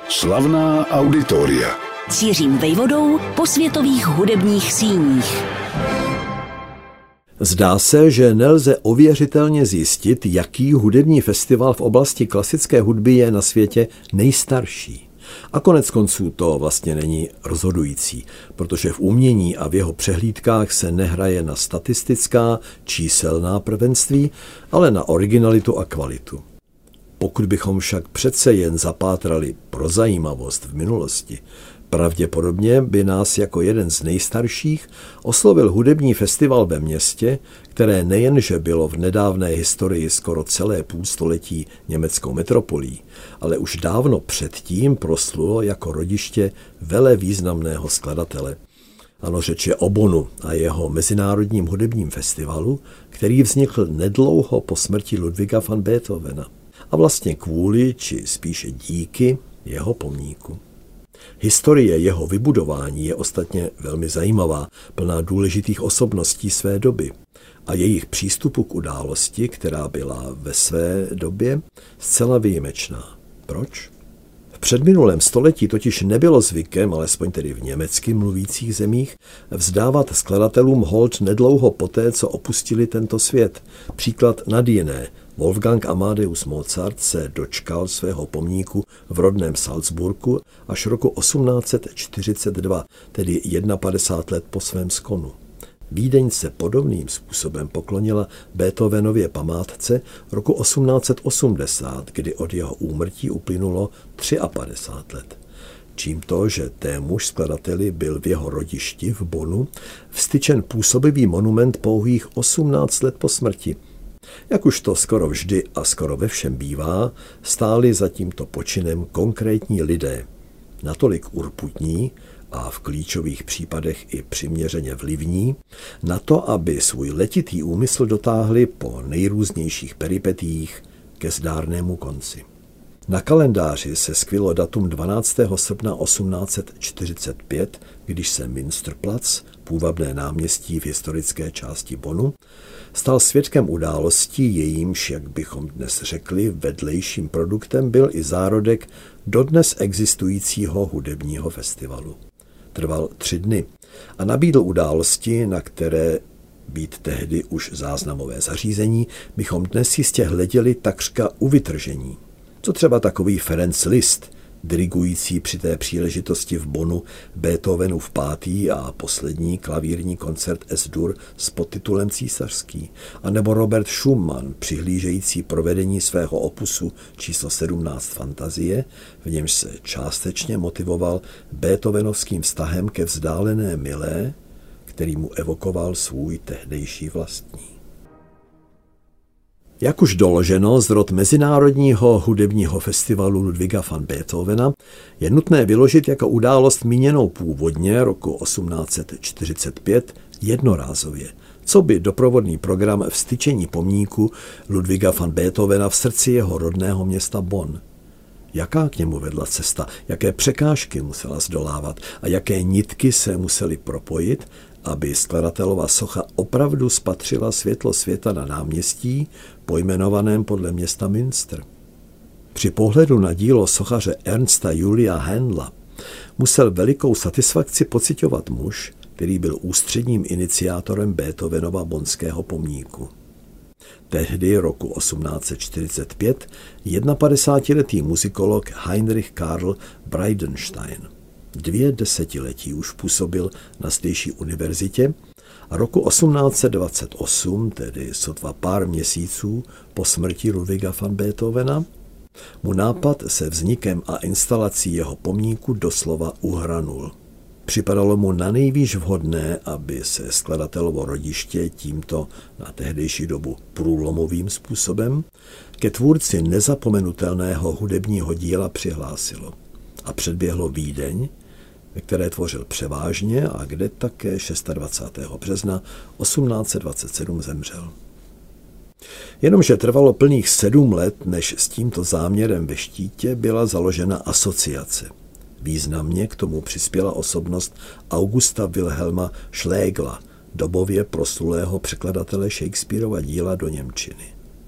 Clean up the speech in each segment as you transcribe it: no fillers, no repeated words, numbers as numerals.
Slavná auditoria. Cířím vejvodou po světových hudebních síních. Zdá se, že nelze ověřitelně zjistit, jaký hudební festival v oblasti klasické hudby je na světě nejstarší. A konec konců to vlastně není rozhodující, protože v umění a v jeho přehlídkách se nehraje na statistická, číselná prvenství, ale na originalitu a kvalitu. Pokud bychom však přece jen zapátrali pro zajímavost v minulosti, pravděpodobně by nás jako jeden z nejstarších oslovil hudební festival ve městě, které nejenže bylo v nedávné historii skoro celé půlstoletí německou metropolí, ale už dávno předtím proslulo jako rodiště velevýznamného skladatele. Ano, řeč je o Bonnu a jeho mezinárodním hudebním festivalu, který vznikl nedlouho po smrti Ludwiga van Beethovena. A vlastně kvůli, či spíše díky jeho pomníku. Historie jeho vybudování je ostatně velmi zajímavá, plná důležitých osobností své doby a jejich přístupu k události, která byla ve své době zcela výjimečná. Proč? V předminulém století totiž nebylo zvykem, alespoň tedy v německy mluvících zemích, vzdávat skladatelům hold nedlouho poté, co opustili tento svět. Příklad nad jiné. Wolfgang Amadeus Mozart se dočkal svého pomníku v rodném Salzburgu až roku 1842, tedy 51 let po svém skonu. Vídeň se podobným způsobem poklonila Beethovenově památce roku 1880, kdy od jeho úmrtí uplynulo 53 let. Čím to, že témuž skladateli byl v jeho rodišti v Bonnu vstyčen působivý monument pouhých 18 let po smrti. Jak už to skoro vždy a skoro ve všem bývá, stáli za tímto počinem konkrétní lidé, natolik urputní a v klíčových případech i přiměřeně vlivní, na to, aby svůj letitý úmysl dotáhli po nejrůznějších peripetiích ke zdárnému konci. Na kalendáři se skvilo datum 12. srpna 1845, když se Münsterplatz, půvabné náměstí v historické části Bonnu, stal svědkem událostí, jejímž, jak bychom dnes řekli, vedlejším produktem byl i zárodek dodnes existujícího hudebního festivalu. Trval 3 dny a nabídl události, na které být tehdy už záznamové zařízení, bychom dnes jistě hleděli takřka u vytržení. Co třeba takový Ferenc Liszt, dirigující při té příležitosti v Bonnu Beethovenův 5. a poslední klavírní koncert S-dur s podtitulem Císařský, anebo Robert Schumann, přihlížející provedení svého opusu číslo 17 Fantazie, v němž se částečně motivoval beethovenovským vztahem ke vzdálené milé, který mu evokoval svůj tehdejší vlastní. Jak už doloženo, zrod Mezinárodního hudebního festivalu Ludwiga van Beethovena je nutné vyložit jako událost míněnou původně roku 1845 jednorázově, co by doprovodný program vstyčení pomníku Ludwiga van Beethovena v srdci jeho rodného města Bonn. Jaká k němu vedla cesta, jaké překážky musela zdolávat a jaké nitky se musely propojit, aby skladatelova socha opravdu spatřila světlo světa na náměstí, pojmenovaném podle města Münster. Při pohledu na dílo sochaře Ernsta Julia Händla musel velikou satisfakci pociťovat muž, který byl ústředním iniciátorem Beethovenova bonnského pomníku. Tehdy roku 1845 51letý muzikolog Heinrich Karl Breidenstein 2 desetiletí už působil na zdejší univerzitě a roku 1828, tedy sotva pár měsíců po smrti Ludwiga van Beethovena, mu nápad se vznikem a instalací jeho pomníku doslova uhranul. Připadalo mu nanejvýš vhodné, aby se skladatelovo rodiště tímto na tehdejší dobu průlomovým způsobem ke tvůrci nezapomenutelného hudebního díla přihlásilo a předběhlo Vídeň, ve které tvořil převážně a kde také 26. března 1827 zemřel. Jenomže trvalo plných 7 let, než s tímto záměrem ve štítě byla založena asociace. Významně k tomu přispěla osobnost Augusta Wilhelma Schlegela, dobově proslulého překladatele Shakespearova díla do němčiny.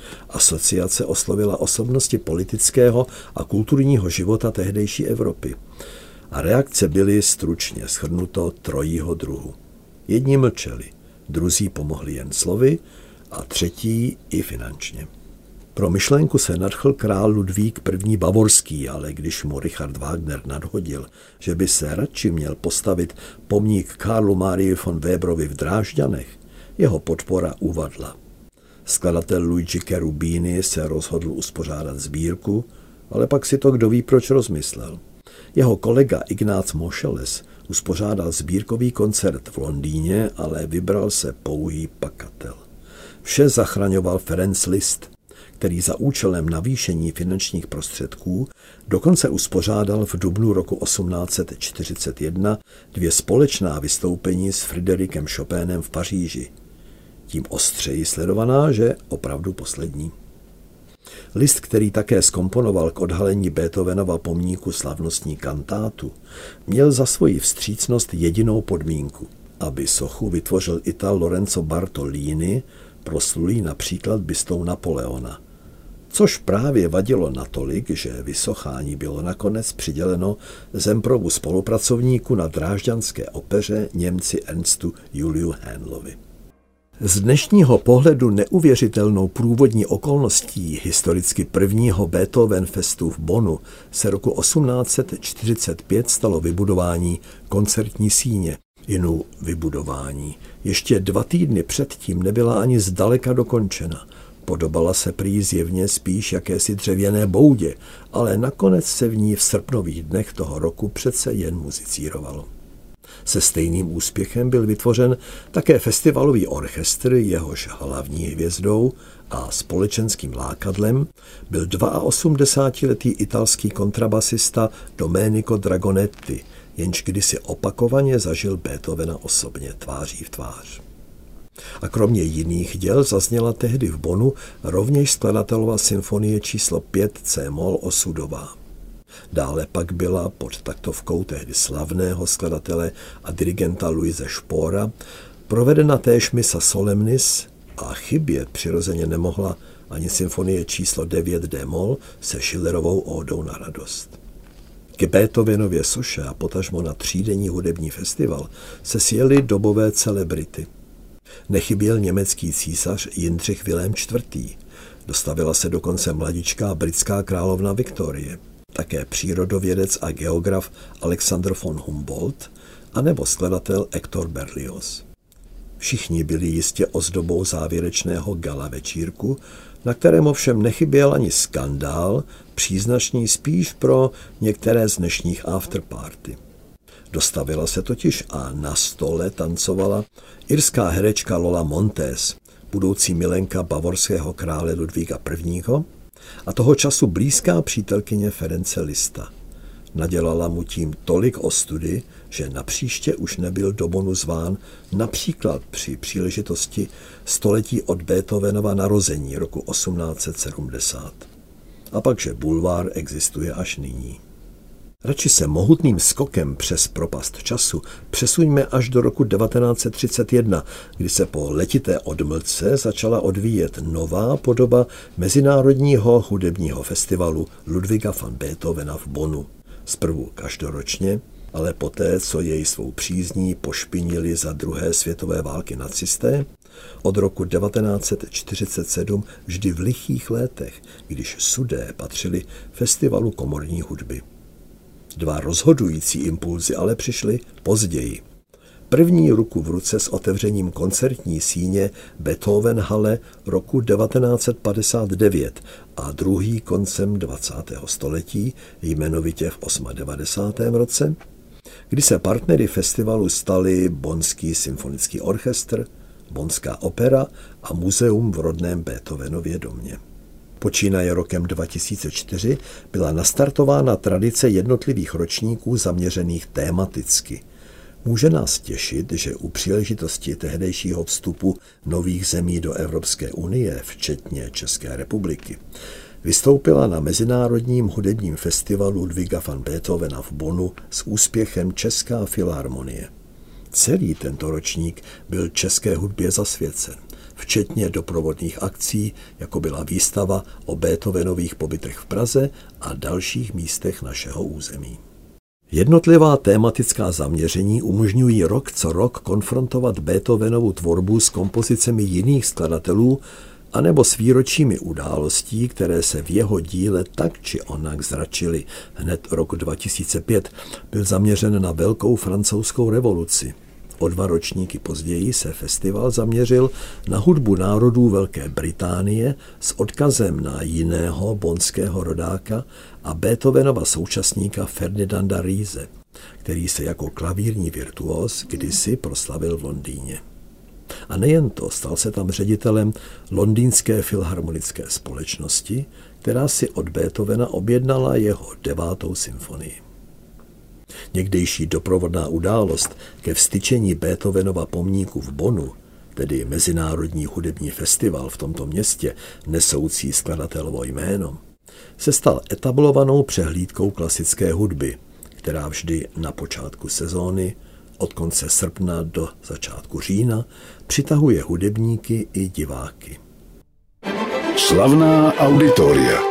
Asociace oslovila osobnosti politického a kulturního života tehdejší Evropy. A reakce byly stručně shrnuto trojího druhu. Jedni mlčeli, druzí pomohli jen slovy a třetí i finančně. Pro myšlenku se nadchl král Ludvík I. Bavorský, ale když mu Richard Wagner nadhodil, že by se radši měl postavit pomník Karlu Marii von Weberovi v Drážďanech, jeho podpora uvadla. Skladatel Luigi Cherubini se rozhodl uspořádat sbírku, ale pak si to kdo ví proč rozmyslel. Jeho kolega Ignác Moscheles uspořádal sbírkový koncert v Londýně, ale vybral se pouhý pakatel. Vše zachraňoval Ferenc Liszt, který za účelem navýšení finančních prostředků dokonce uspořádal v dubnu roku 1841 2 společná vystoupení s Friderikem Chopinem v Paříži. Tím ostřeji sledovaná, že opravdu poslední. Liszt, který také zkomponoval k odhalení Beethovenova pomníku slavnostní kantátu, měl za svoji vstřícnost jedinou podmínku, aby sochu vytvořil Ital Lorenzo Bartolini, proslulý například bystou Napoleona. Což právě vadilo natolik, že vysochání bylo nakonec přiděleno Zemprovu spolupracovníku na drážďanské opeře Němci Ernstu Juliu Händlovi. Z dnešního pohledu neuvěřitelnou průvodní okolností historicky prvního Beethoven festu v Bonnu se roku 1845 stalo vybudování koncertní síně. Jinou vybudování. Ještě 2 týdny předtím nebyla ani zdaleka dokončena. Podobala se prý zjevně spíš jakési dřevěné boudě, ale nakonec se v ní v srpnových dnech toho roku přece jen muzicírovalo. Se stejným úspěchem byl vytvořen také festivalový orchestr, jehož hlavní hvězdou a společenským lákadlem byl 82letý italský kontrabasista Domenico Dragonetti, jenž kdysi opakovaně zažil Beethovena osobně tváří v tvář. A kromě jiných děl zazněla tehdy v Bonnu rovněž skladatelova symfonie číslo 5 C-moll Osudová. Dále pak byla pod taktovkou tehdy slavného skladatele a dirigenta Luise Spohra provedena též misa Solemnis a chybět přirozeně nemohla ani symfonie číslo 9 D-moll se Schillerovou ódou na radost. K Beethovenově soše a potažmo na 3denní hudební festival se sjeli dobové celebrity. Nechyběl německý císař Jindřich Vilém IV. Dostavila se dokonce mladičká britská královna Viktorie, také přírodovědec a geograf Alexander von Humboldt anebo skladatel Hector Berlioz. Všichni byli jistě ozdobou závěrečného gala večírku, na kterém ovšem nechyběl ani skandál, příznačný spíš pro některé z dnešních afterparty. Dostavila se totiž a na stole tancovala irská herečka Lola Montez, budoucí milenka bavorského krále Ludvíka I. a toho času blízká přítelkyně Ference Lisza. Nadělala mu tím tolik ostudy, že napříště už nebyl do Bonnu zván, například při příležitosti století od Beethovenova narození roku 1870. A pak, že bulvár existuje až nyní. Radši se mohutným skokem přes propast času přesuňme až do roku 1931, kdy se po letité odmlce začala odvíjet nová podoba Mezinárodního hudebního festivalu Ludwiga van Beethovena v Bonnu. Zprvu každoročně, ale poté, co jej svou přízní pošpinili za druhé světové války nacisté, od roku 1947 vždy v lichých létech, když Sudé patřili festivalu komorní hudby. 2 rozhodující impulzy ale přišly později. První ruku v ruce s otevřením koncertní síně Beethovenhalle roku 1959 a druhý koncem 20. století, jmenovitě v 98. roce, kdy se partnery festivalu stali Bonnský symfonický orchestr, Bonnská opera a muzeum v rodném Beethovenově domě. Počínaje rokem 2004 byla nastartována tradice jednotlivých ročníků zaměřených tématicky. Může nás těšit, že u příležitosti tehdejšího vstupu nových zemí do Evropské unie, včetně České republiky, vystoupila na Mezinárodním hudebním festivalu Ludwiga van Beethovena v Bonnu s úspěchem Česká filharmonie. Celý tento ročník byl české hudbě zasvěcen. včetně doprovodných akcí, jako byla výstava o Beethovenových pobytech v Praze a dalších místech našeho území. Jednotlivá tématická zaměření umožňují rok co rok konfrontovat Beethovenovu tvorbu s kompozicemi jiných skladatelů anebo s výročími událostí, které se v jeho díle tak či onak zračily. Hned rok 2005 byl zaměřen na Velkou francouzskou revoluci. O 2 ročníky později se festival zaměřil na hudbu národů Velké Británie s odkazem na jiného bonského rodáka a Beethovenova současníka Ferdinanda Riese, který se jako klavírní virtuóz kdysi proslavil v Londýně. A nejen to, stal se tam ředitelem Londýnské filharmonické společnosti, která si od Beethovena objednala jeho 9. symfonii. Někdejší doprovodná událost ke vztyčení Beethovenova pomníku v Bonnu, tedy Mezinárodní hudební festival v tomto městě, nesoucí skladatelovo jméno, se stal etablovanou přehlídkou klasické hudby, která vždy na počátku sezóny, od konce srpna do začátku října, přitahuje hudebníky i diváky. Slavná auditoria.